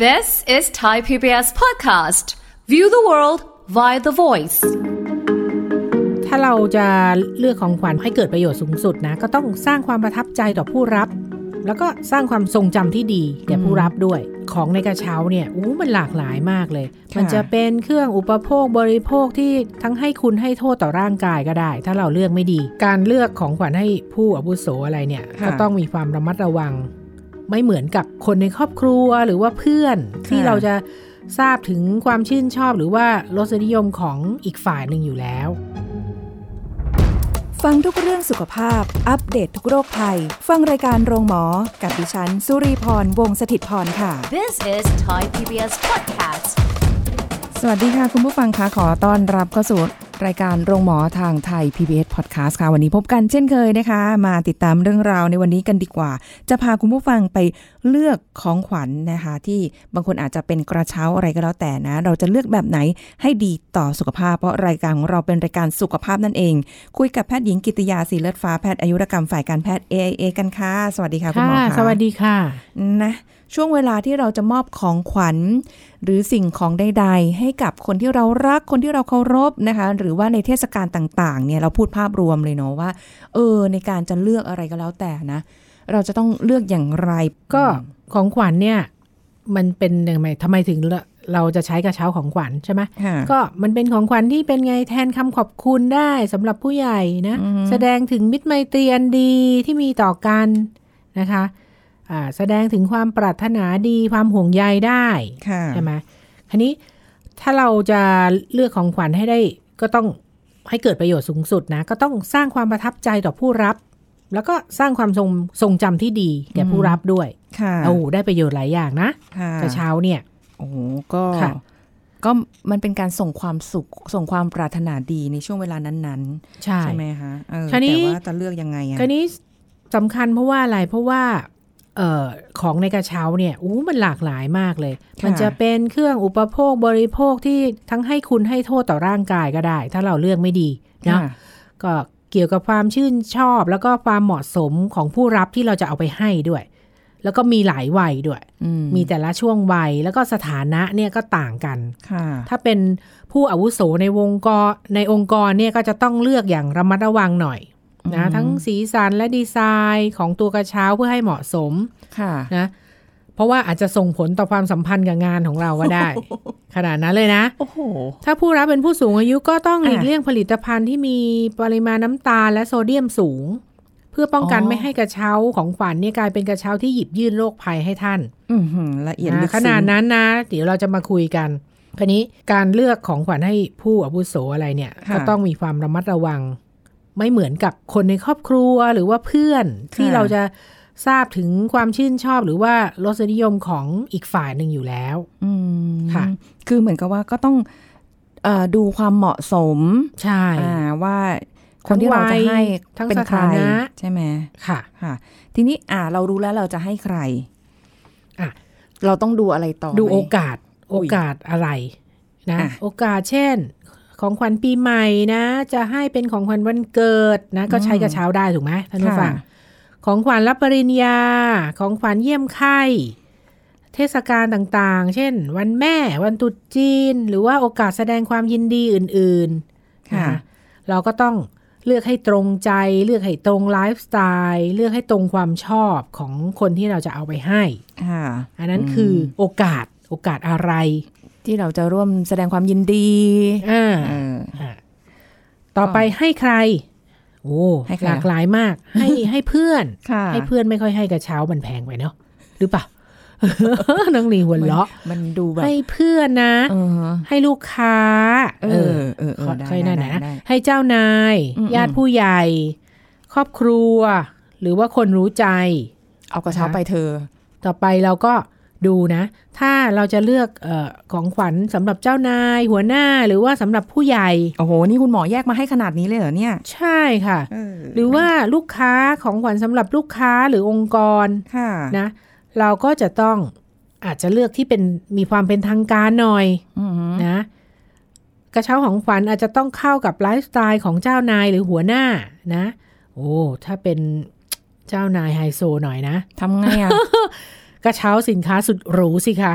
This is Thai PBS podcast. View the world via the voice. ถ้าเราจะเลือกของขวัญให้เกิดประโยชน์สูงสุดนะก็ต้องสร้างความประทับใจต่อผู้รับแล้วก็สร้างความทรงจำที่ดีแก่ผู้รับด้วยของในกระเช้าเนี่ยมันหลากหลายมากเลยมันจะเป็นเครื่องอุปโภคบริโภคที่ทั้งให้คุณให้โทษต่อร่างกายก็ได้ถ้าเราเลือกไม่ดีการเลือกของขวัญให้ผู้อาวุโสอะไรเนี่ยก็ต้องมีความระมัดระวังไม่เหมือนกับคนในครอบครัวหรือว่าเพื่อนที่เราจะทราบถึงความชื่นชอบหรือว่ารสนิยมของอีกฝ่ายหนึ่งอยู่แล้วฟังทุกเรื่องสุขภาพอัปเดต ทุกโรคภัยฟังรายการโรงหมอกับดิฉันสุรีพรวงศ์สถิตย์พรค่ะ This is Thai PBS podcast. สวัสดีค่ะคุณผู้ฟังคะขอต้อนรับเข้าสู่รายการโรงหมอทางไทย PBS Podcast ค่ะวันนี้พบกันเช่นเคยนะคะมาติดตามเรื่องราวในวันนี้กันดีกว่าจะพาคุณผู้ฟังไปเลือกของขวัญนะคะที่บางคนอาจจะเป็นกระเช้าอะไรก็แล้วแต่นะเราจะเลือกแบบไหนให้ดีต่อสุขภาพเพราะรายการของเราเป็นรายการสุขภาพนั่นเองคุยกับแพทย์หญิงกิตติยาสีเลือดฟ้าแพทย์อายุรกรรมฝ่ายการแพทย์ AIA กันค่ะสวัสดีค่ะคุณหมอค่ะสวัสดีค่ะนะช่วงเวลาที่เราจะมอบของขวัญหรือสิ่งของใดๆให้กับคนที่เรารักคนที่เราเคารพนะคะหรือว่าในเทศกาลต่างๆเนี่ยเราพูดภาพรวมเลยเนาะว่าในการจะเลือกอะไรก็แล้วแต่นะเราจะต้องเลือกอย่างไรก็ของขวัญเนี่ยมันเป็นยังไงทำไมถึงเราจะใช้กระเช้าของขวัญใช่ไหมก็มันเป็นของขวัญที่เป็นไงแทนคำขอบคุณได้สำหรับผู้ใหญ่นะแสดงถึงมิตรไมตรีอันดีที่มีต่อกันนะคะแสดงถึงความปรารถนาดีความห่วงใยได้ใช่ไหมทีนี้ถ้าเราจะเลือกของขวัญให้ได้ก็ต้องให้เกิดประโยชน์สูงสุดนะก็ต้องสร้างความประทับใจต่อผู้รับแล้วก็สร้างความทรงจำที่ดีแก่ผู้รับด้วยได้ประโยชน์หลายอย่างนะกระเช้าเนี่ยก็มันเป็นการส่งความสุขส่งความปรารถนาดีในช่วงเวลานั้นๆใช่ไหมคะแต่ว่าจะเลือกยังไงคราวนี้สำคัญเพราะว่าอะไรเพราะว่าของในกระเช้าเนี่ยมันหลากหลายมากเลยมันจะเป็นเครื่องอุปโภคบริโภคที่ทั้งให้คุณให้โทษต่อร่างกายก็ได้ถ้าเราเลือกไม่ดีนะก็เกี่ยวกับความชื่นชอบแล้วก็ความเหมาะสมของผู้รับที่เราจะเอาไปให้ด้วยแล้วก็มีหลายวัยด้วยมีแต่ละช่วงวัยแล้วก็สถานะเนี่ยก็ต่างกันถ้าเป็นผู้อาวุโสในองค์กรเนี่ยก็จะต้องเลือกอย่างระมัดระวังหน่อยนะทั้งสีสันและดีไซน์ของตัวกระเช้าเพื่อให้เหมาะสมนะเพราะว่าอาจจะส่งผลต่อความสัมพันธ์กับงานของเราก็ได้ ขนาดนั้นเลยนะถ้าผู้รับเป็นผู้สูงอายุก็ต้องหลีกเลี่ยงผลิตภัณฑ์ที่มีปริมาณน้ำตาลและโซเดียมสูงเพื่อป้องกันไม่ให้กระเช้าของขวัญเนี่ยกลายเป็นกระเช้าที่หยิบยื่นโรคภัยให้ท่านละเอียดลึกซึ้งขนาดนั้นนะเดี๋ยวเราจะมาคุยกันคราวนี้การเลือกของขวัญให้ผู้อาวุโสอะไรเนี่ยก็ต้องมีความระมัดระวังไม่เหมือนกับคนในครอบครัวหรือว่าเพื่อนที่เราจะทราบถึงความชื่นชอบหรือว่ารสนิยมของอีกฝ่ายหนึ่งอยู่แล้วค่ะคือเหมือนกับว่าก็ต้องดูความเหมาะสมใช่ว่าคนที่เราจะให้เป็นใครใช่ไหมค่ะทีนี้เรารู้แล้วเราจะให้ใครเราต้องดูอะไรต่อดูโอกาสอะไรนะโอกาสเช่นของขวัญปีใหม่นะจะให้เป็นของขวัญวันเกิดนะก็ใช้กระเช้าได้ถูกไหมท่านผู้ฟังของขวัญรับปริญญาของขวัญเยี่ยมไข้เทศกาลต่างๆเช่นวันแม่วันตรุษจีนหรือว่าโอกาสแสดงความยินดีอื่นๆนะเราก็ต้องเลือกให้ตรงใจเลือกให้ตรงไลฟ์สไตล์เลือกให้ตรงความชอบของคนที่เราจะเอาไปให้อันนั้นคือโอกาสอะไรที่เราจะร่วมแสดงความยินดีต่อไปให้ใครหลากหลายมากให้เพื่อนให้เพื่อนไม่ค่อยให้กระเช้ามันแพงไปเนาะหรือเปล่าน้องหลีหัวเราะมันดูแบบให้เพื่อนนะให้ลูกค้าค่อยนั่นนะให้เจ้านายญาติผู้ใหญ่ครอบครัวหรือว่าคนรู้ใจเอากระเช้าไปเธอต่อไปเราก็ดูนะถ้าเราจะเลือกของขวัญสำหรับเจ้านายหัวหน้าหรือว่าสำหรับผู้ใหญ่โอ้โหนี่คุณหมอแยกมาให้ขนาดนี้เลยเหรอเนี่ยใช่ค่ะหรือว่าลูกค้าของขวัญสำหรับลูกค้าหรือองค์กรนะเราก็จะต้องอาจจะเลือกที่มีความเป็นทางการหน่อยนะกระเช้าของขวัญอาจจะต้องเข้ากับไลฟ์สไตล์ของเจ้านายหรือหัวหน้านะถ้าเป็นเจ้านายไฮโซหน่อยนะทำไงอะกระเช้าสินค้าสุดหรูสิคะ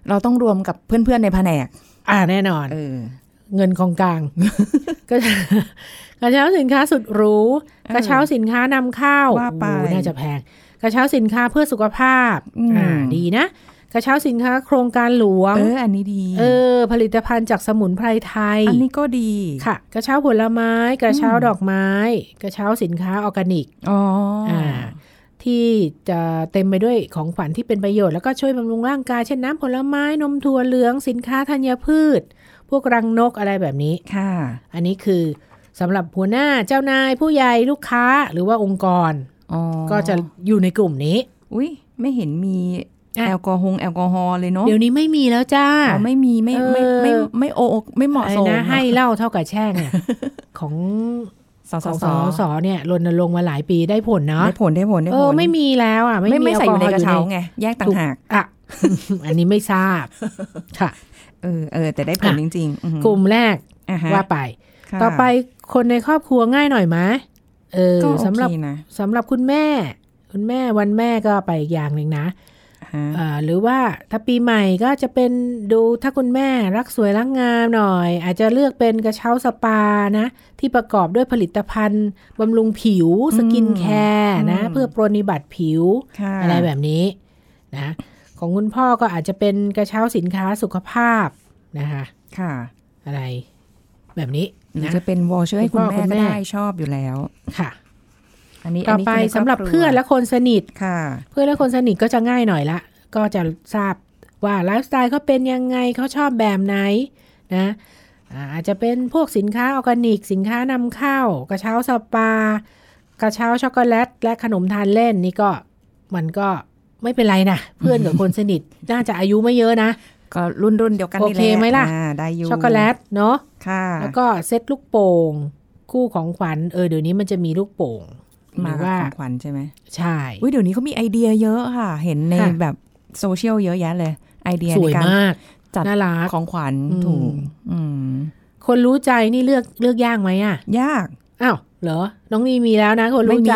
เราต้องรวมกับเพื่อนๆในแผนกแน่นอนเงินของกลาง กระเช้าสินค้าสุดหรูกระเช้าสินค้านำเข้าน่าจะแพงกระเช้าสินค้าเพื่อสุขภาพดีนะกระเช้าสินค้าโครงการหลวงอันนี้ดีผลิตภัณฑ์จากสมุนไพรไทยอันนี้ก็ดีค่ะกระเช้าผลไม้กระเช้าดอกไม้กระเช้าสินค้าออร์แกนิกที่จะเต็มไปด้วยของขวัญที่เป็นประโยชน์แล้วก็ช่วยบำรุงร่างกายเช่นน้ำผลไม้นมถั่วเหลืองสินค้าธัญพืชพวกรังนกอะไรแบบนี้ค่ะอันนี้คือสำหรับหัวหน้าเจ้านายผู้ใหญ่ลูกค้าหรือว่าองค์กรก็จะอยู่ในกลุ่มนี้อุ๊ยไม่เห็นมีแอลกอฮอล์เลยเนาะเดี๋ยวนี้ไม่มีแล้วจ้าไม่มีไม่เหมาะสมนะให้เหล้าเท่ากับแช่งเนี่ยของสเนี่ยรณรงค์มาหลายปีได้ผลเนาะได้ผลไม่มีแล้วไม่ใส่อยู่ในกระเช้าไงแยกต่างหากอันนี้ไม่ทราบค่ะแต่ได้ผลจริงๆกลุ่มแรกว่าไปต่อไปคนในครอบครัวง่ายหน่อยไหมสำหรับคุณแม่วันแม่ก็ไปอย่างหนึ่งนะหรือว่าถ้าปีใหม่ก็จะเป็นดูถ้าคุณแม่รักสวยรักงามหน่อยอาจจะเลือกเป็นกระเช้าสปานะที่ประกอบด้วยผลิตภัณฑ์บำรุงผิวสกินแคร์นะเพื่อปรนนิบัติผิวอะไรแบบนี้นะของคุณพ่อก็อาจจะเป็นกระเช้าสินค้าสุขภาพนะคะค่ะอะไรแบบนี้นะจะเป็นวอเชอร์ให้คุณแม่ก็ได้ชอบอยู่แล้วค่ะต่อไปสำหรับเพื่อนและคนสนิทเพื่อนและคนสนิทก็จะง่ายหน่อยละก็จะทราบว่าไลฟ์สไตล์เขาเป็นยังไงเขาชอบแบบไหนนะอาจจะเป็นพวกสินค้าออร์แกนิกสินค้านำเข้ากระเช้าสปากระเช้าช็อกโกแลตและขนมทานเล่นนี่ก็มันก็ไม่เป็นไรนะเพื่อนกับคนสนิทน่าจะอายุไม่เยอะนะก็รุ่นเดียวกันนี่แหละโอเคไหมล่ะได้อยู่ช็อกโกแลตเนาะแล้วก็เซตลูกโป่งคู่ของขวัญเดี๋ยวนี้มันจะมีลูกโป่งมาของขวัญใช่ไหมใช่เดี๋ยวนี้เขามีไอเดียเยอะค่ะเห็นในแบบโซเชียลเยอะแยะเลยไอเดียในการจัดของขวัญถูกคนรู้ใจนี่เลือกยากไหมยากเหรอน้องนี่มีแล้วนะคนรู้ใจ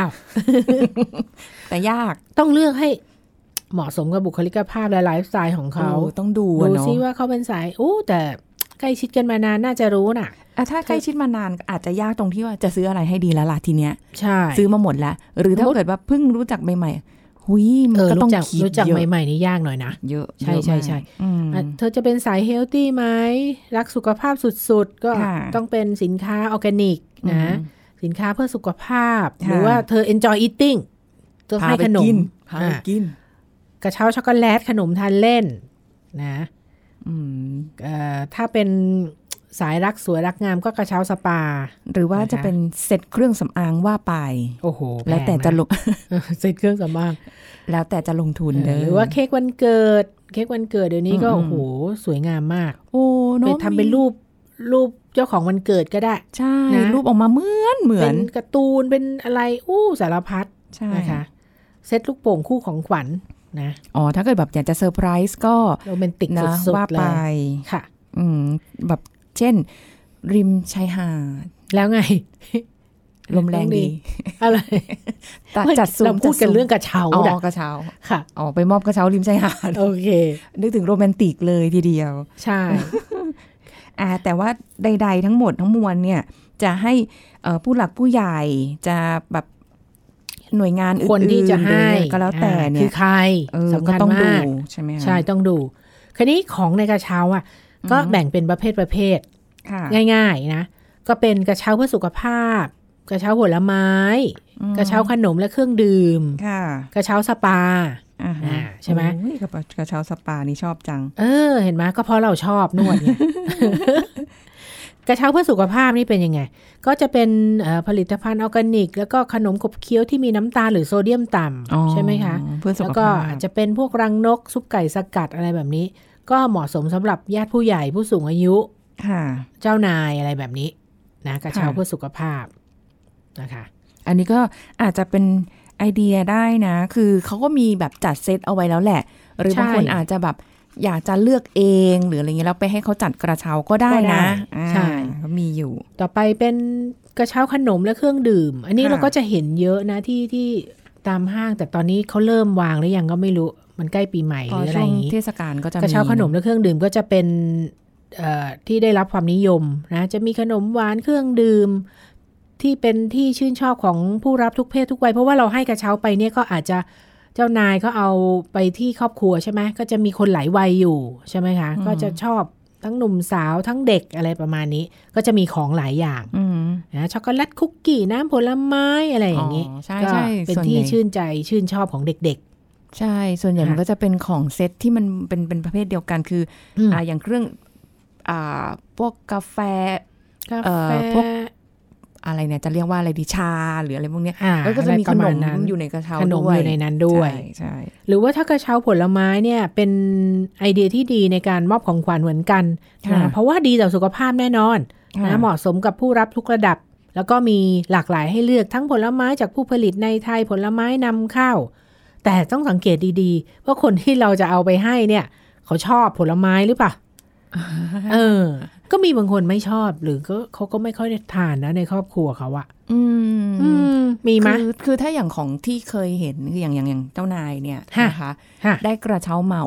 แต่ยากต้องเลือกให้เหมาะสมกับบุคลิกภาพและไลฟ์สไตล์ของเขาต้องดูซิว่าเขาเป็นสายแต่ใกล้ชิดกันมานานน่าจะรู้น่ะถ้าใกล้ชิดมานานอาจจะยากตรงที่ว่าจะซื้ออะไรให้ดีแล้วล่ะทีเนี้ยใช่ซื้อมาหมดแล้วหรือถ้าเกิดว่าเพิ่งรู้จักใหม่ๆหุยมันก็ต้องคิดรู้จักใหม่ๆนี่ยากหน่อยนะเยอะใช่เธอจะเป็นสายเฮลตี้ไหมรักสุขภาพสุดๆก็ต้องเป็นสินค้าออร์แกนิกนะสินค้าเพื่อสุขภาพหรือว่าเธอ enjoy eating ตัวให้ขนมกินกระเช้าช็อกโกแลตขนมทานเล่นนะถ้าเป็นสายรักสวยรักงามก็กระเช้าสปาหรือว่าจะเป็นเซ็ตเครื่องสำอางว่าไปโอ้โหแล้วแต่จะลงเซ็ตเครื่องสำอางแล้วแต่จะลงทุนหรือว่าเค้กวันเกิดเดี๋ยวนี้ก็โอ้โหสวยงามมากไปทำเป็นรูปเจ้าของวันเกิดก็ได้ใช่รูปออกมาเหมือนเป็นการ์ตูนเป็นอะไรสารพัดนะคะเซ็ตลูกโป่งคู่ของขวัญนะถ้าเกิดแบบอยากจะเซอร์ไพรส์ก็โรแมนติกสุดๆเลยค่ะแบบเช่นริมชายหาดแล้วไงลมแรงดีอะไรจัดเราพูดกันเรื่องกระเช้ากระเช้าค่ะไปมอบกระเช้าริมชายหาดโอเคนึกถึงโรแมนติกเลยทีเดียวใช่แต่ว่าใดๆทั้งหมดทั้งมวลเนี่ยจะให้ผู้หลักผู้ใหญ่จะแบบหน่วยงานอื่นๆคนที่จะให้ก็แล้วแต่เนี่ยคือใครสำคัญมากใช่ไหมใช่ต้องดูคราวนี้ของในกระเช้าก็แบ่งเป็นประเภทง่ายๆนะก็เป็นกระเช้าเพื่อสุขภาพกระเช้าผลไม้กระเช้าขนมและเครื่องดื่มกระเช้าสปาใช่ไหมกระเช้าสปานี่ชอบจังเห็นไหมก็เพราะเราชอบนวดไง กระเช้าเพื่อสุขภาพนี่เป็นยังไงก็จะเป็นผลิตภัณฑ์ออร์แกนิกแล้วก็ขนมขบเคี้ยวที่มีน้ำตาลหรือโซเดียมต่ำใช่ไหมคะแล้วก็จะเป็นพวกรังนกซุปไก่สกัดอะไรแบบนี้ก็เหมาะสมสำหรับญาติผู้ใหญ่ผู้สูงอายุเจ้านายอะไรแบบนี้นะกระเช้าเพื่อสุขภาพนะคะอันนี้ก็อาจจะเป็นไอเดียได้นะคือเขาก็มีแบบจัดเซตเอาไว้แล้วแหละหรือบางคนอาจจะแบบอยากจะเลือกเองหรืออะไรเงี้ยแล้วไปให้เขาจัดกระเช้าก็ได้นะใช่ก็มีอยู่ต่อไปเป็นกระเช้าขนมและเครื่องดื่มอันนี้เราก็จะเห็นเยอะนะที่ตามห้างแต่ตอนนี้เขาเริ่มวางหรือยังก็ไม่รู้มันใกล้ปีใหม่หรืออะไรอย่างนี้เทศกาลก็จะมีกระเช้าขนมและเครื่องดื่มก็จะเป็นที่ได้รับความนิยมนะจะมีขนมหวานเครื่องดื่มที่เป็นที่ชื่นชอบของผู้รับทุกเพศทุกวัยเพราะว่าเราให้กระเช้าไปเนี่ยก็อาจจะเจ้านายเขาเอาไปที่ครอบครัวใช่ไหมก็จะมีคนหลายวัยอยู่ใช่ไหมคะก็จะชอบทั้งหนุ่มสาวทั้งเด็กอะไรประมาณนี้ก็จะมีของหลายอย่างนะช็อกโกแลตคุกกี้น้ำผลไม้อะไรอย่างนี้ก็เป็นที่ชื่นใจชื่นชอบของเด็กๆใช่ส่วนใหญ่มันก็จะเป็นของเซตที่มันเป็นประเภทเดียวกันคืออย่างเครื่องพวกกาแฟพวกอะไรเนี่ยจะเรียกว่าอะไรดีชาหรืออะไรพวกนี้แล้วก็จะมีขนมอยู่ในกระเช้าด้วยอยู่ในนั้นด้วยใช่หรือว่าถ้ากระเช้าผลไม้เนี่ยเป็นไอเดียที่ดีในการมอบของขวัญเหมือนกันนะเพราะว่าดีต่อสุขภาพแน่นอนนะเหมาะสมกับผู้รับทุกระดับแล้วก็มีหลากหลายให้เลือกทั้งผลไม้จากผู้ผลิตในไทยผลไม้นำเข้าแต่ต้องสังเกตดีๆว่าคนที่เราจะเอาไปให้เนี่ยเขาชอบผลไม้หรือเปล่าก็มีบางคนไม่ชอบหรือก็เขาก็ไม่ค่อยได้ทานนะในครอบครัวเขาอะมีมั้ยคือถ้าอย่างของที่เคยเห็นคืออย่างเจ้านายเนี่ยนะคะได้กระเช้ามา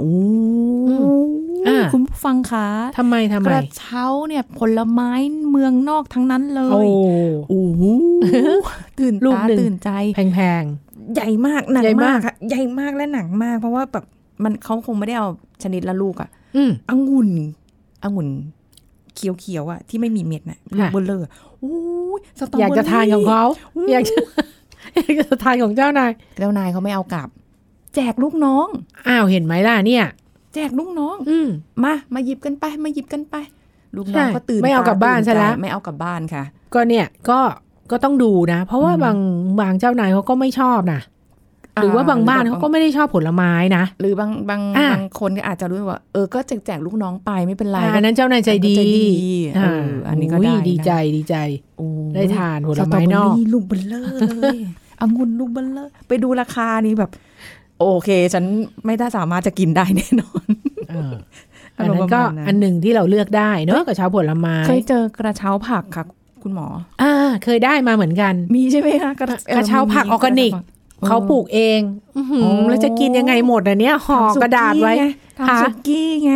คุณผู้ฟังคะทำไมกระเช้าเนี่ยผลไม้เมืองนอกทั้งนั้นเลยโอ้โหตื่นตาตื่นใจแพงๆใหญ่มากหนักมากค่ะใหญ่มากและหนักมากเพราะว่าแบบมันเขาคงไม่ได้เอาชนิดละลูกอะองุ่นเขียวๆอ่ะที่ไม่มีเม็ดน่ะเบลอโอ้ยสตรอเบอรี่อยากจะทานของเขาอยากจะทานของเจ้านายเขาไม่เอากลับแจกลูกน้องอ้าวเห็นไหมล่ะเนี่ยแจกลูกน้องมาหยิบกันไปลูกน้องก็ตื่นไม่เอากลับบ้านใช่แล้วไม่เอากลับบ้านค่ะก็เนี่ยก็ต้องดูนะเพราะว่าบางเจ้านายเขาก็ไม่ชอบนะหรือว่าบางบ้านเขาก็ไม่ได้ชอบผลไม้นะหรือบางคนก็อาจจะรู้ว่าก็แจกลูกน้องไปไม่เป็นไรอันนั้นเจ้านายใจดีอันนี้ก็ได้ดีใจได้ทานผลไม้นอกลูกเบลเลอร์เลยองุ่นลูกเบลเลอร์ไปดูราคานี้แบบโอเคฉันไม่ได้สามารถจะกินได้แน่นอนอันนั้นก็อันหนึ่งที่เราเลือกได้เนอะกระเช้าผลไม้เคยเจอกระเช้าผักค่ะคุณหมอเคยได้มาเหมือนกันมีใช่ไหมคะกระเช้าผักออร์แกนิกเขาปลูกเองแล้วจะกินยังไงหมดอันเนี้ยห่อกระดาษไว้ทำสุกี้ไง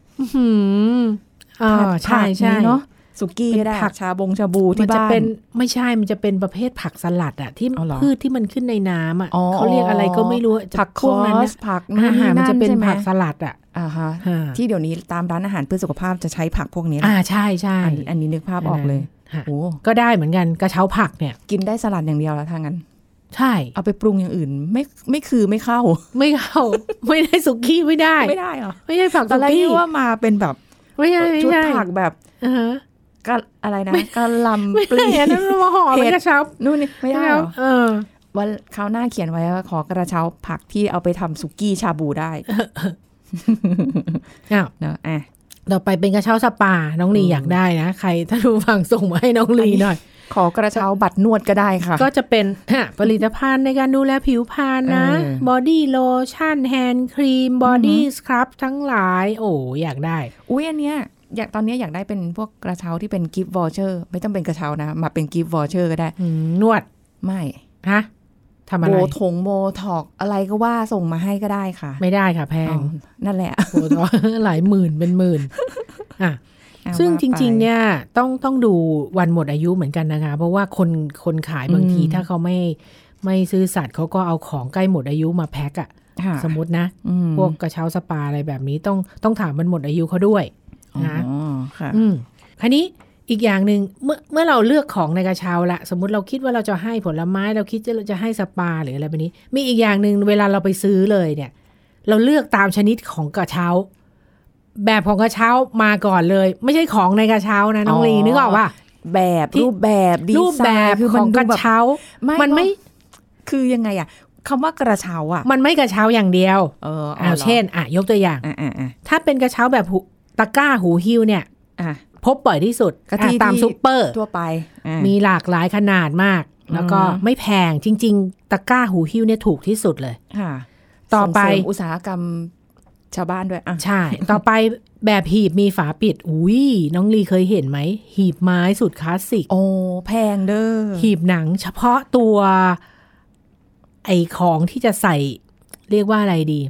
ใช่เนาะสุกี้ก็ได้ผักชาบูที่บ้านไม่ใช่มันจะเป็นประเภทผักสลัดอ่ะที่พืชที่มันขึ้นในน้ำอ่ะเขาเรียกอะไรก็ไม่รู้ผักพวกนั้นผักมันจะเป็นผักสลัดอ่ะที่เดี๋ยวนี้ตามร้านอาหารเพื่อสุขภาพจะใช้ผักพวกนี้ใช่อันนี้นึกภาพออกเลยก็ได้เหมือนกันกระเช้าผักเนี่ยกินได้สลัดอย่างเดียวแล้วถ้างั้นใช่เอาไปปรุงอย่างอื่นไม่เข้าไม่ได้สุกี้ไม่ได้หรอไม่ใช่ผักสุกี้ว่ามาเป็นแบบไม่ใช่ชุดผักแบบก็อะไรนะกะหล่ำปลีนั่นมาห่อเป็นกระเช้านู่นนี่ไม่ได้หรอว่าคราวหน้าเขียนไว้ว่าขอกระเช้าผักที่เอาไปทำสุกี้ชาบูได้เนาะต่อไปเป็นกระเช้าสปาน้องลีอยากได้นะใครถ้าดูฟังส่งมาให้น้องลีหน่อยขอกระเช้าบัตรนวดก็ได้ค่ะก็จะเป็นผลิตภัณฑ์ในการดูแลผิวพรรณนะบอดี้โลชั่นแฮนด์ครีมบอดี้สครับทั้งหลายอยากได้อันเนี้ยตอนนี้อยากได้เป็นพวกกระเช้าที่เป็นกิฟต์วอเชอร์ไม่ต้องเป็นกระเช้านะมาเป็นกิฟต์วอเชอร์ก็ได้นวดไม่ฮะทำอะไรโบท็อกอะไรก็ว่าส่งมาให้ก็ได้ค่ะไม่ได้ค่ะแพงนั่นแหละโบท็อกหลายหมื่นเป็นหมื่นซึ่งจริงๆเนี่ยต้องดูวันหมดอายุเหมือนกันนะคะเพราะว่าคนขายบางทีถ้าเขาไม่ซื้อสัตว์เขาก็เอาของใกล้หมดอายุมาแพ็คสมมตินะพวกกระเช้าสปาอะไรแบบนี้ต้องถามมันหมดอายุเขาด้วยนะคราวนี้อีกอย่างหนึ่งเมื่อเราเลือกของในกระเช้าละสมมุติเราคิดว่าเราจะให้ผลไม้เราคิดจะให้สปาหรืออะไรแบบนี้มีอีกอย่างหนึ่งเวลาเราไปซื้อเลยเนี่ยเราเลือกตามชนิดของกระเช้าแบบของกระเช้ามาก่อนเลยไม่ใช่ของในกระเช้านะน้องลีนึกออกป่ะแบบรูปแบบรูปแบบของกระเช้ามันไม่คือยังไงอ่ะคำว่ากระเช้าอ่ะมันไม่กระเช้าอย่างเดียวเช่นยกตัวอย่างถ้าเป็นกระเช้าแบบตะกร้าหูหิ้วเนี่ยพบบ่อยที่สุดตามซุปเปอร์ทั่วไปมีหลากหลายขนาดมากแล้วก็ไม่แพงจริงๆตะกร้าหูหิ้วเนี่ยถูกที่สุดเลยต่อไปอุตสาหกรรมชาวบ้านด้วยใช่ต่อไปแบบหีบมีฝาปิดน้องลีเคยเห็นไหมหีบไม้สุดคลาสสิกแพงเด้อหีบหนังเฉพาะตัวไอของที่จะใส่เรียกว่าอะไรดี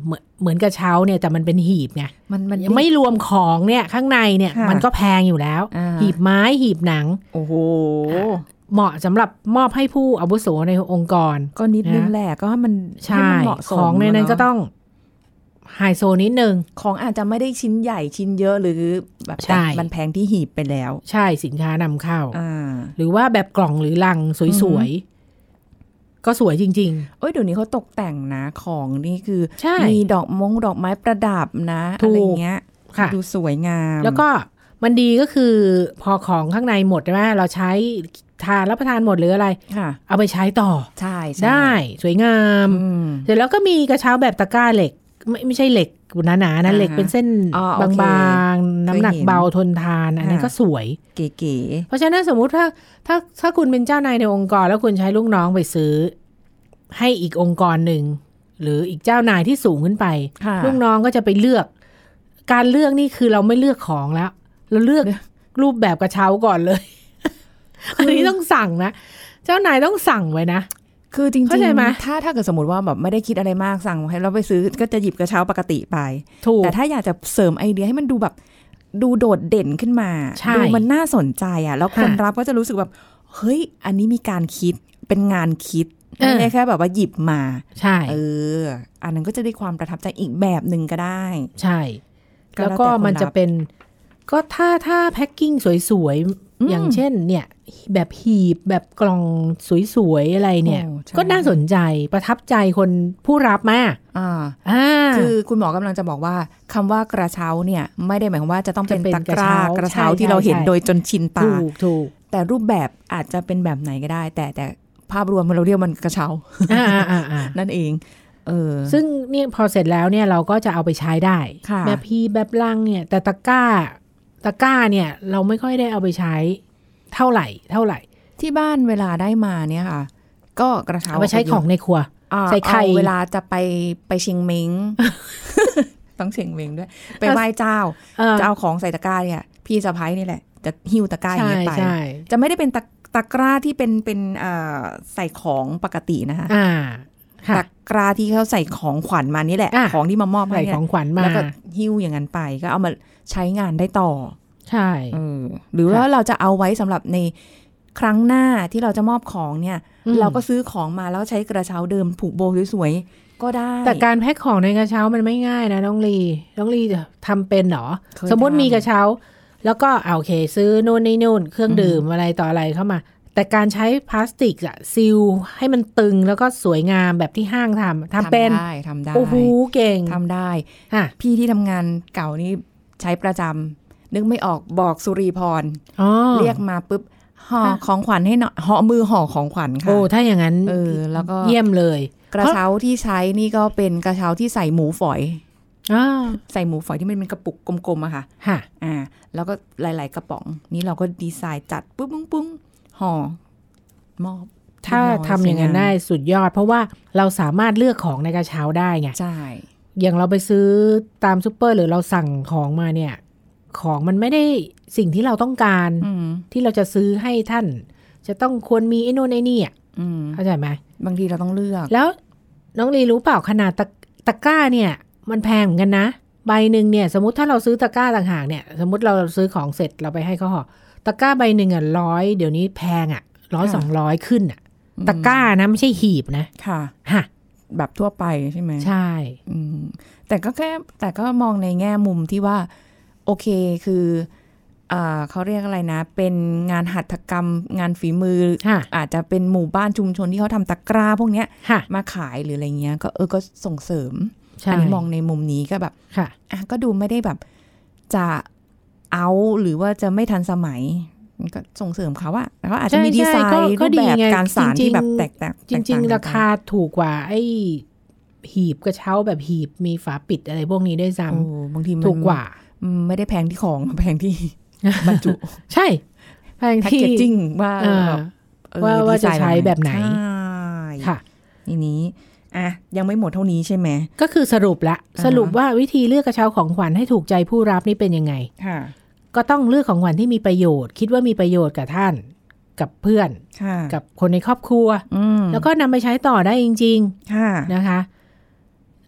เหมือนกระเช้าเนี่ยแต่มันเป็นหีบไงมันยังไม่รวมของเนี่ยข้างในเนี่ยมันก็แพงอยู่แล้วหีบไม้หีบหนังโอ้โหเหมาะสำหรับมอบให้ผู้อาวุโสในองค์กรก็นิดนึงแหละก็ให้มันเหมาะสมของในนั้นก็ต้องไฮโซนิดนึงของอาจจะไม่ได้ชิ้นใหญ่ชิ้นเยอะหรือแบบมันแพงที่หีบไปแล้วใช่สินค้านำเข้าหรือว่าแบบกล่องหรือลังสวยๆก็สวยจริงๆเดี๋ยวนี้เขาตกแต่งนะของนี่คือมีดอกไม้ประดับนะอะไรเงี้ยดูสวยงามแล้วก็มันดีก็คือพอของข้างในหมดใช่ไหมเราใช้ทานรับประทานหมดหรืออะไรเอาไปใช้ต่อใช่ได้สวยงามเสร็จแล้วก็มีกระเช้าแบบตะกร้าเหล็กไม่ใช่เหล็กหนาๆนะเหล็กเป็นเส้นบางๆน้ำหนักเบาทนทานอันนี้ก็สวยเก๋ๆเพราะฉะนั้นสมมุติถ้าคุณเป็นเจ้านายในองค์กรแล้วคุณใช้ลูกน้องไปซื้อให้อีกองค์กรหนึ่งหรืออีกเจ้านายที่สูงขึ้นไปลูกน้องก็จะไปเลือกการเลือกนี่คือเราไม่เลือกของแล้วเราเลือกรูปแบบกระเช้าก่อนเลยอันนี้ต้องสั่งนะเจ้านายต้องสั่งไว้นะคือจริงๆถ้าเกิดสมมติว่าแบบไม่ได้คิดอะไรมากสั่งให้เราไปซื้อก็จะหยิบกระเช้าปกติไปแต่ถ้าอยากจะเสริมไอเดียให้มันดูแบบดูโดดเด่นขึ้นมาดูมันน่าสนใจแล้วคนรับก็จะรู้สึกแบบเฮ้ยอันนี้มีการคิดเป็นงานคิดไม่ได้แค่แบบว่าหยิบมาใช่อันนั้นก็จะได้ความประทับใจอีกแบบหนึ่งก็ได้ใช่แล้วก็มันจะเป็นก็ถ้าแพ็คกิ้งสวยๆอย่างเช่นเนี่ยแบบหีบแบบกล่องสวยๆอะไรเนี่ยก็น่าสนใจประทับใจคนผู้รับมากคือคุณหมอกำลังจะบอกว่าคำว่ากระเช้าเนี่ยไม่ได้หมายความว่าจะต้องเป็นตะกร้ากระเช้าที่เราเห็นโดยจนชินตาถูกแต่รูปแบบอาจจะเป็นแบบไหนก็ได้แต่ภาพรวมเราเรียกมันกระเช้านั่นเองซึ่งเนี่ยพอเสร็จแล้วเนี่ยเราก็จะเอาไปใช้ได้แบบพีแบบลังเนี่ยแต่ตะกร้าเนี่ยเราไม่ค่อยได้เอาไปใช้เท่าไหร่ที่บ้านเวลาได้มาเนี่ยค่ะก็กระเช้าเอาไปใช้ของในครัวใส่ไข่เวลาจะไปเชียงเม้ง ต้องเชียงเม้งด้วยไปไหว้เจ้าจะเอาของใส่ตะกร้าเนี่ยพี่สะพ้ายนี่แหละจะหิ้วตะกร้าอย่างนี้ไปจะไม่ได้เป็นตะกร้าที่เป็นใส่ของปกตินะคะตะกร้าที่เขาใส่ของขวัญมานี่แหละของที่มามอบให้ของขวัญมาแล้วก็หิ้วอย่างนั้นไปก็เอามาใช้งานได้ต่อใช่หรือว่าเราจะเอาไว้สำหรับในครั้งหน้าที่เราจะมอบของเนี่ยเราก็ซื้อของมาแล้วใช้กระเช้าเดิมผูกโบสวยๆก็ได้แต่การแพ็คของในกระเช้ามันไม่ง่ายนะน้องลีทำเป็นหรอสมมติมีกระเช้าแล้วก็โอเคซื้อนู่นนี่นู่นเครื่องดื่มอะไรต่ออะไรเข้ามาแต่การใช้พลาสติกอะซีลให้มันตึงแล้วก็สวยงามแบบที่ห้างทำเป็นทำได้โอ้โหเก่งทำได้พี่ที่ทำงานเก่านี่ใช้ประจำนึกไม่ออกบอกสุรีพรเรียกมาปุ๊บห่อของขวัญให้หน่อยห่อมือห่อของขวัญค่ะโอ้ถ้าอย่างนั้นแล้วก็เยี่ยมเลยกระเช้าที่ใช้นี่ก็เป็นกระเช้าที่ใส่หมูฝอยใส่หมูฝอยที่มันเป็นกระปุกกลมๆอะค่ะแล้วก็หลายๆกระป๋องนี่เราก็ดีไซน์จัดปุ๊บปุ้งห่อมอบถ้าทำอย่างนั้นได้สุดยอดเพราะว่าเราสามารถเลือกของในกระเช้าได้ไงใช่อย่างเราไปซื้อตามซูเปอร์หรือเราสั่งของมาเนี่ยของมันไม่ได้สิ่งที่เราต้องการที่เราจะซื้อให้ท่านจะต้องควรมีไอ้โน่นไอ้นี่เข้าใจไหมบางทีเราต้องเลือกแล้วน้องลีรู้เปล่าขนาดตะกร้าเนี่ยมันแพงเหมือนกันนะใบหนึ่งเนี่ยสมมติถ้าเราซื้อตะกร้าต่างหากเนี่ยสมมติเราซื้อของเสร็จเราไปให้เขาห่อตะกร้าใบหนึ่ง100เดี๋ยวนี้แพง100-200ขึ้นตะกร้านะไม่ใช่หีบนะค่ะแบบทั่วไปใช่ไหมใช่แต่ก็มองในแง่มุมที่ว่าโอเคคือเขาเรียกอะไรนะเป็นงานหัตถกรรมงานฝีมืออาจจะเป็นหมู่บ้านชุมชนที่เขาทำตะกร้าพวกเนี้ยมาขายหรืออะไรเงี้ยก็ส่งเสริมอันนี้มองในมุมนี้ก็แบบก็ดูไม่ได้แบบจะเอาหรือว่าจะไม่ทันสมัยก็ส่งเสริมเขาอะเขาอาจจะมีดีไซน์รูปแบบการสานที่แบบแตกต่างจริงๆราคาถูกกว่าไอ้หีบกระเช้าแบบหีบมีฝาปิดอะไรพวกนี้ได้ซ้ำบางทีมันถูกกว่าไม่ได้แพงที่ของแพงที่บรรจุใช่แพงที่แพคเกจจิ้งว่าจะใช้แบบไหนค่ะนี้ยังไม่หมดเท่านี้ใช่ไหมก็คือสรุปว่าวิธีเลือกกระเช้าของขวัญให้ถูกใจผู้รับนี่เป็นยังไงก็ต้องเลือกของขวัญที่มีประโยชน์คิดว่ามีประโยชน์กับท่านกับเพื่อนกับคนในครอบครัวแล้วก็นำไปใช้ต่อได้จริงๆนะคะ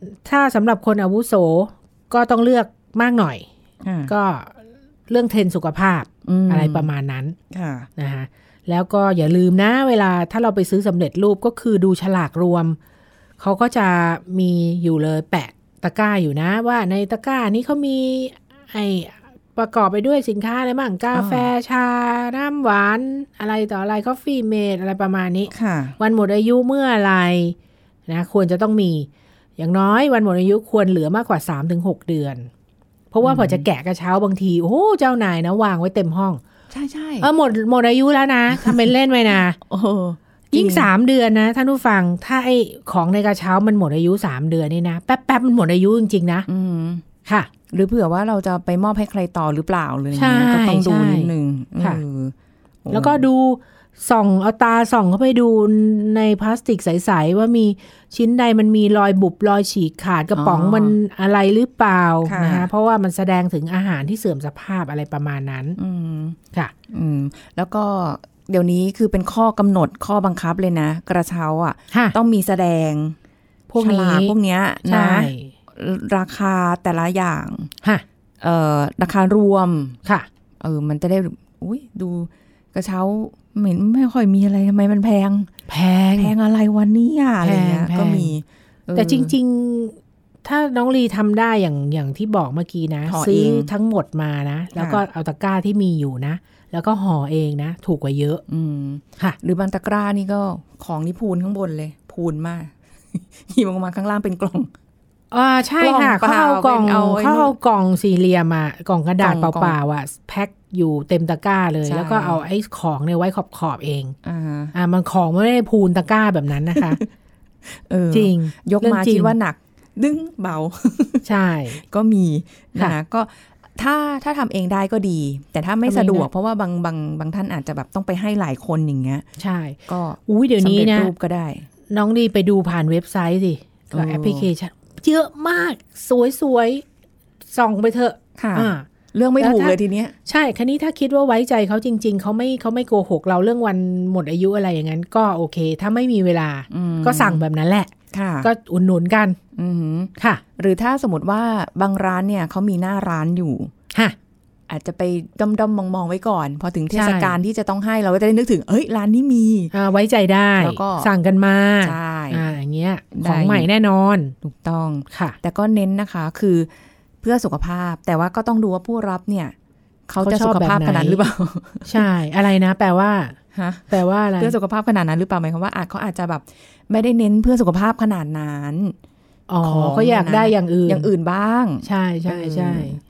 ถ้าสำหรับคนอาวุโสก็ต้องเลือกมากหน่อยก็เรื่องเทรนด์สุขภาพอะไรประมาณนั้นนะคะแล้วก็อย่าลืมนะเวลาถ้าเราไปซื้อสำเร็จรูปก็คือดูฉลากรวมเขาก็จะมีอยู่เลยแปะตะกร้าอยู่นะว่าในตะกร้านี้เขามีประกอบไปด้วยสินค้าอะไรบ้างกาแฟชาน้ำหวานอะไรต่ออะไรคอฟฟี่เมดอะไรประมาณนี้วันหมดอายุเมื่ออะไรนะควรจะต้องมีอย่างน้อยวันหมดอายุควรเหลือมากกว่า 3-6 เดือนเพราะว่าพอจะแกะกระเช้าบางทีโอ้เจ้านายนะวางไว้เต็มห้องใช่หมดอายุแล้วนะทำเป็นเล่นไว้นะยิ่ง3 เดือนนะท่านผู้ฟังถ้าไอ้ของในกระเช้ามันหมดอายุ3 เดือนนี่นะแป๊บมันหมดอายุจริงๆนะค่ะหรือเผื่อว่าเราจะไปมอบให้ใครต่อหรือเปล่าเลยก็ต้องดูนิดนึงแล้วก็ดูส่องเอาตาส่องเข้าไปดูในพลาสติกใสๆว่ามีชิ้นใดมันมีรอยบุบรอยฉีกขาดกระป๋องมันอะไรหรือเปล่านะคะเพราะว่ามันแสดงถึงอาหารที่เสื่อมสภาพอะไรประมาณนั้นค่ะแล้วก็เดี๋ยวนี้คือเป็นข้อกำหนดข้อบังคับเลยนะกระเช้าอ่ะต้องมีแสดงพวกนี้นะราคาแต่ละอย่างราคารวมค่ะมันจะได้ดูกระเช้าไม่ค่อยมีอะไรทำไมมันแพงอะไรวันนี้อะไรเงี้ยก็มีแต่จริงๆถ้าน้องลีทำได้อย่างที่บอกเมื่อกี้นะซื้อทั้งหมดมานะแล้วก็เอาตะกร้าที่มีอยู่นะแล้วก็ห่อเองนะถูกกว่าเยอะค่ะหรือบางตะกร้านี่ก็ของนี่พูนข้างบนเลยพูนมากหยิบออกมาข้างล่างเป็นกล่องใช่ค่ะเขาเอากล่องสี่เหลี่ยมกล่องกระดาษเปล่าๆแพ็คอยู่เต็มตะกร้าเลยแล้วก็เอาไอ้ของเนี่ยไว้ขอบเองมันของไม่ได้พูนตะกร้าแบบนั้นนะคะจริงยกมาคิดว่าหนักดึงเบาใช่ก็มีนะคะก็ถ้าทำเองได้ก็ดีแต่ถ้าไม่สะดวกเพราะว่าบางท่านอาจจะแบบต้องไปให้หลายคนอย่างเงี้ยใช่ก็เดี๋ยวนี้นะรูปก็ได้น้องดีไปดูผ่านเว็บไซต์สิกับแอปพลิเคชันเยอะมากสวยๆส่องไปเถอะค่ะเรื่องไม่ถูกเลยทีเนี้ยใช่คันนี้ถ้าคิดว่าไว้ใจเขาจริงๆเขาไม่โกหกเราเรื่องวันหมดอายุอะไรอย่างนั้นก็โอเคถ้าไม่มีเวลาก็สั่งแบบนั้นแหละก็อุดหนุนกันค่ะหรือถ้าสมมติว่าบางร้านเนี่ยเขามีหน้าร้านอยู่อาจจะไปด้อมมองไว้ก่อนพอถึงเทศกาลที่จะต้องให้เราก็จะได้นึกถึงร้านนี้มีไว้ใจได้แล้วก็สั่งกันมาใช่อย่างเงี้ยของใหม่แน่นอนถูกต้องค่ะแต่ก็เน้นนะคะคือเพื่อสุขภาพแต่ว่าก็ต้องดูว่าผู้รับเนี่ยเขาจะสุขภาพขนาดหรือเปล่าใช่อะไรนะแปลว่าอะไรเพื่อสุขภาพขนาดนั้นหรือเปล่าหมายความว่าเขาอาจจะแบบไม่ได้เน้นเพื่อสุขภาพขนาดนั้นเขาอยากได้อย่างอื่นบ้างใช่ใช่ใช่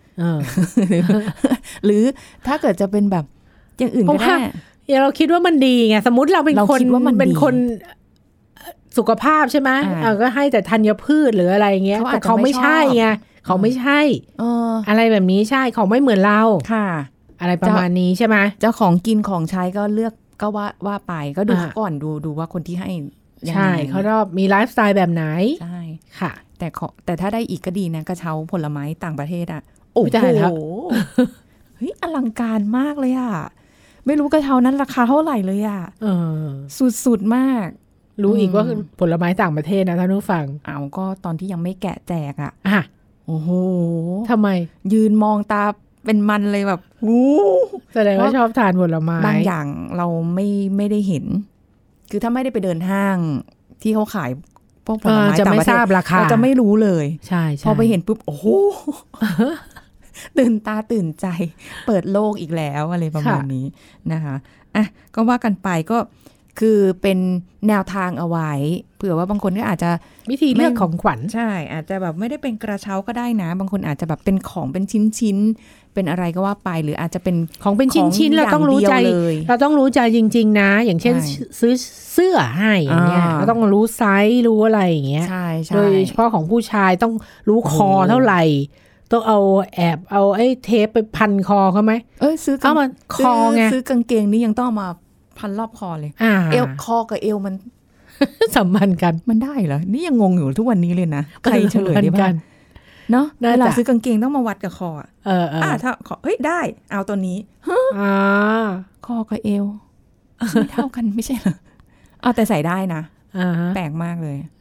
หรือถ้าเกิดจะเป็นแบบอย่างอื่นก็ได้เราคิดว่ามันดีไงสมมติเราเป็นคนสุขภาพใช่ไหมก็ให้แต่ธัญพืชหรืออะไรเงี้ยแต่เขาไม่ใช่ไงเขาไม่ใช่อะไรแบบนี้ใช่เขาไม่เหมือนเราค่ะอะไรประมาณนี้ใช่ไหมเจ้าของกินของใช้ก็เลือกก็ว่าไปก็ดูก่อนดูว่าคนที่ให้ใช่เขาชอบมีไลฟ์สไตล์แบบไหนใช่ค่ะแต่ถ้าได้อีกก็ดีนะกระเช้าผลไม้ต่างประเทศโอ้โหเฮ้ยอลังการมากเลยไม่รู้กระเช้านั้นราคาเท่าไหร่เลยสุดๆมากรู้อีกว่าผลไม้ต่างประเทศนะท่านผู้ฟังก็ตอนที่ยังไม่แกะแจกโอ้โหทำไมยืนมองตาเป็นมันเลยแบบแสดงว่าชอบทานผลไม้บางอย่างเราไม่ได้เห็นคือถ้าไม่ได้ไปเดินห้างที่เขาขายพวกผลไม้ต่างประเทศเราจะไม่รู้เลยใช่พอไปเห็นปุ๊บโอ้โหตื่นตาตื่นใจเปิดโลกอีกแล้วอะไรประมาณนี้นะคะก็ว่ากันไปก็คือเป็นแนวทางเอาไว้เผื่อว่าบางคนก็อาจจะวิธีเลือกของขวัญใช่อาจจะแบบไม่ได้เป็นกระเช้าก็ได้นะบางคนอาจจะแบบเป็นของเป็นชิ้นเป็นอะไรก็ว่าไปหรืออาจจะเป็นของเป็นชิ้นเราต้องรู้ใจเราต้องรู้ใจจริงๆนะอย่างเช่นซื้อเสื้อให้อย่างเงี้ยเราต้องรู้ไซส์รู้อะไรอย่างเงี้ยโดยเฉพาะของผู้ชายต้องรู้คอเท่าไหร่ต้องเอาไอ้เทปไปพันคอเขาไหมซื้อมาคอไงซื้อกางเกงนี่ยังต้องมาพันรอบคอเลยเอวคอกับเอวมันสัมพันธ์กันมันได้เหรอนี่ยังงงอยู่ทุกวันนี้เลยนะใครเฉลยได้บ้างเนาะเวลาซื้อกางเกงต้องมาวัดกับคอถ้าได้เอาตัวนี้คอกับเอวไม่เท่ากันไม่ใช่เหรอแต่ใส่ได้นะแปลกมากเลยค่ะ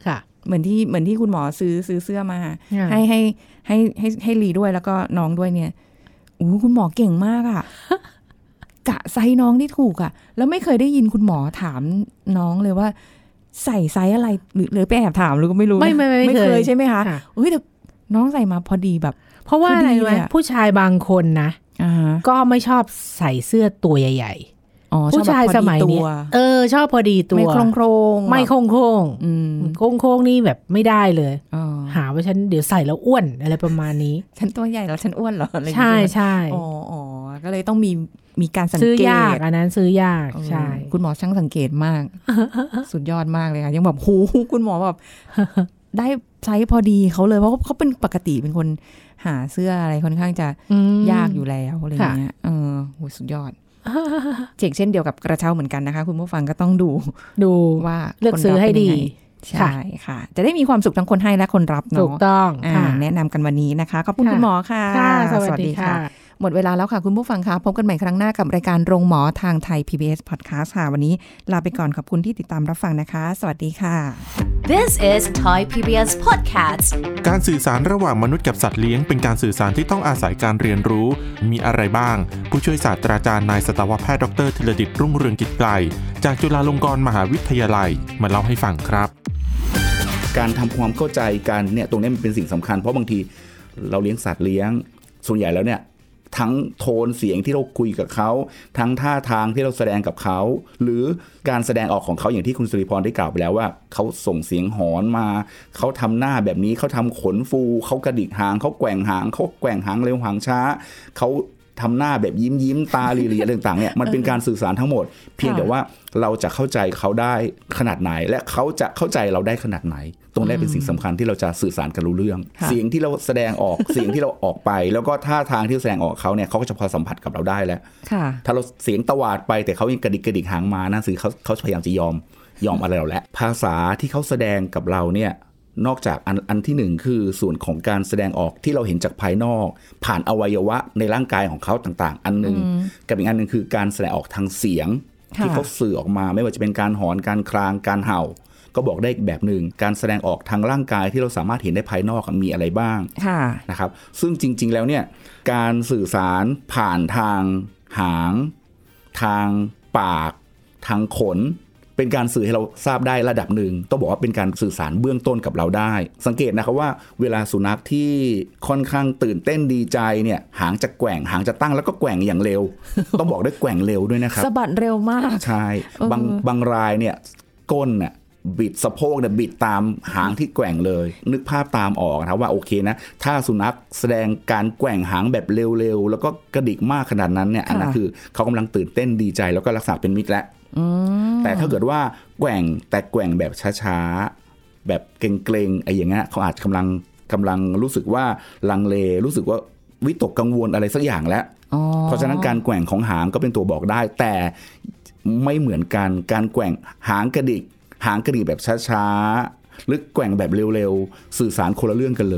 เหมือนที่คุณหมอซื้อเสื้อมาให้ลีด้วยแล้วก็น้องด้วยเนี่ยคุณหมอเก่งมากอ่ะ กะไซส์น้องที่ถูกอ่ะแล้วไม่เคยได้ยินคุณหมอถามน้องเลยว่าใส่ไซส์อะไรหรือไปแอบถามหรือก็ไม่รู้ไม่เคยใช่ไหมคะแต่น้องใส่มาพอดีแบบเพราะว่าอะไรรู้ไหมผู้ชายบางคนนะก็ไม่ชอบใส่เสื้อตัวใหญ่ๆผู้ชายสมัยนี้ชอบพอดีตัวไม่โครงไม่โครงโค้งนี่แบบไม่ได้เลยหาว่าฉันเดี๋ยวใส่แล้วอ้วนอะไรประมาณนี้ฉันตัวใหญ่แล้วฉันอ้วนเหรอใช่ใช่ก็เลยต้องมีการสังเกตซื้อยากอันนั้นซื้อยากใช่คุณหมอช่างสังเกตมาก สุดยอดมากเลยค่ะยังแบบหูคุณหมอแบบได้ใช้พอดีเขาเลยเพราะเขาเป็นปกติเป็นคนหาเสื้ออะไรค่อนข้างจะยากอยู่แล้วอะไรเงี้ยโหสุดยอดเช่นเดียวกับกระเช้าเหมือนกันนะคะคุณผู้ฟังก็ต้องดูว่าเลือกซื้อให้ดีใช่ค่ะจะได้มีความสุขทั้งคนให้และคนรับเนาะถูกต้องแนะนำกันวันนี้นะคะขอบคุณคุณหมอค่ะสวัสดีค่ะหมดเวลาแล้วค่ะคุณผู้ฟังค่ะพบกันใหม่ครั้งหน้ากับรายการโรงหมอทางไทย PBS Podcast ค่ะวันนี้ลาไปก่อนขอบคุณที่ติดตามรับฟังนะคะสวัสดีค่ะ This is Thai PBS Podcast การสื่อสารระหว่างมนุษย์กับสัตว์เลี้ยงเป็นการสื่อสารที่ต้องอาศัยการเรียนรู้มีอะไรบ้างผู้ช่วยศาสตราจารย์นายสัตวแพทย์ดร.ธีรดิษฐ์รุ่งเรืองกิจไกลจากจุฬาลงกรณ์มหาวิทยาลัยมาเล่าให้ฟังครับการทำความเข้าใจกันเนี่ยตรงนี้มันเป็นสิ่งสำคัญเพราะบางทีเราเลี้ยงสัตว์เลี้ยงส่วนใหญ่แล้วเนี่ยทั้งโทนเสียงที่เราคุยกับเขาทั้งท่าทางที่เราแสดงกับเขาหรือการแสดงออกของเขาอย่างที่คุณสิริพรได้กล่าวไปแล้วว่าเขาส่งเสียงหอนมาเขาทำหน้าแบบนี้เขาทำขนฟูเขากระดิกหางเขาแกว่งหางเร็วหางช้าเขาทำหน้าแบบยิ้มตาลีอะไรต่างๆเนี่ยมันเป็นการสื่อสารทั้งหมดเพียงแต่ว่าเราจะเข้าใจเขาได้ขนาดไหนและเขาจะเข้าใจเราได้ขนาดไหนตรงนี้เป็นสิ่งสำคัญที่เราจะสื่อสารกันรู้เรื่องเสียงที่เราแสดงออกเสียงที่เราออกไปแล้วก็ท่าทางที่แสดงออกเขาเนี่ยเขาก็จะพอสัมผัสกับเราได้แล้วถ้าเราเสียงตวาดไปแต่เขายังกระดิกหางมานั่นคือเขาพยายามจะยอมอะไรเราแล้วภาษาที่เขาแสดงกับเราเนี่ยนอกจากอันที่หนึ่งคือส่วนของการแสดงออกที่เราเห็นจากภายนอกผ่านอวัยวะในร่างกายของเขาต่างๆอันนึงกับอีกอันนึงคือการแสดงออกทางเสียงที่เขาสื่อออกมาไม่ว่าจะเป็นการหอนการครางการเห่าก็บอกได้อีกแบบหนึ่งการแสดงออกทางร่างกายที่เราสามารถเห็นได้ภายนอกมีอะไรบ้างนะครับซึ่งจริงๆแล้วเนี่ยการสื่อสารผ่านทางหางทางปากทางขนเป็นการสื่อให้เราทราบได้ระดับหนึ่งต้องบอกว่าเป็นการสื่อสารเบื้องต้นกับเราได้สังเกตนะครับว่าเวลาสุนัขที่ค่อนข้างตื่นเต้นดีใจเนี่ยหางจะแกว่งหางจะตั้งแล้วก็แกว่งอย่างเร็ว ต้องบอกได้แกว่งเร็วด้วยนะครับสะบัดเร็วมากใช่บางรายเนี่ยก้นเนี่ยบิดสะโพกเนี่ยบิดตามหางที่แกว่งเลยนึกภาพตามออกนะว่าโอเคนะถ้าสุนัขแสดงการแกว่งหางแบบเร็วๆแล้วก็กระดิกมากขนาดนั้นเนี่ยอันนั้นคือเขากำลังตื่นเต้นดีใจแล้วก็ลักษณะเป็นมิตรแล้วแต่ถ้าเกิดว่าแกว่งแบบช้าๆแบบเกรงๆไอ้อย่างเงี้ยเขาอาจกำลังรู้สึกว่าลังเลรู้สึกว่าวิตกกังวลอะไรสักอย่างแล้วเพราะฉะนั้นการแกว่งของหางก็เป็นตัวบอกได้แต่ไม่เหมือนกันการแกว่งหางกระดิกแบบช้าๆหรือแกว่งแบบเร็วๆสื่อสารคนละเรื่องกันเลย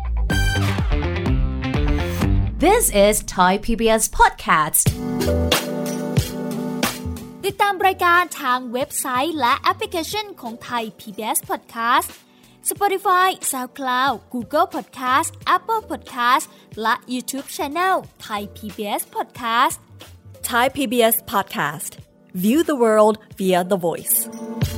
This is Thai PBS Podcast ติดตามรายการทางเว็บไซต์และแอปพลิเคชันของ Thai PBS Podcast Spotify SoundCloud Google Podcast Apple Podcast และ YouTube Channel Thai PBS Podcast Thai PBS Podcast View the world via the voice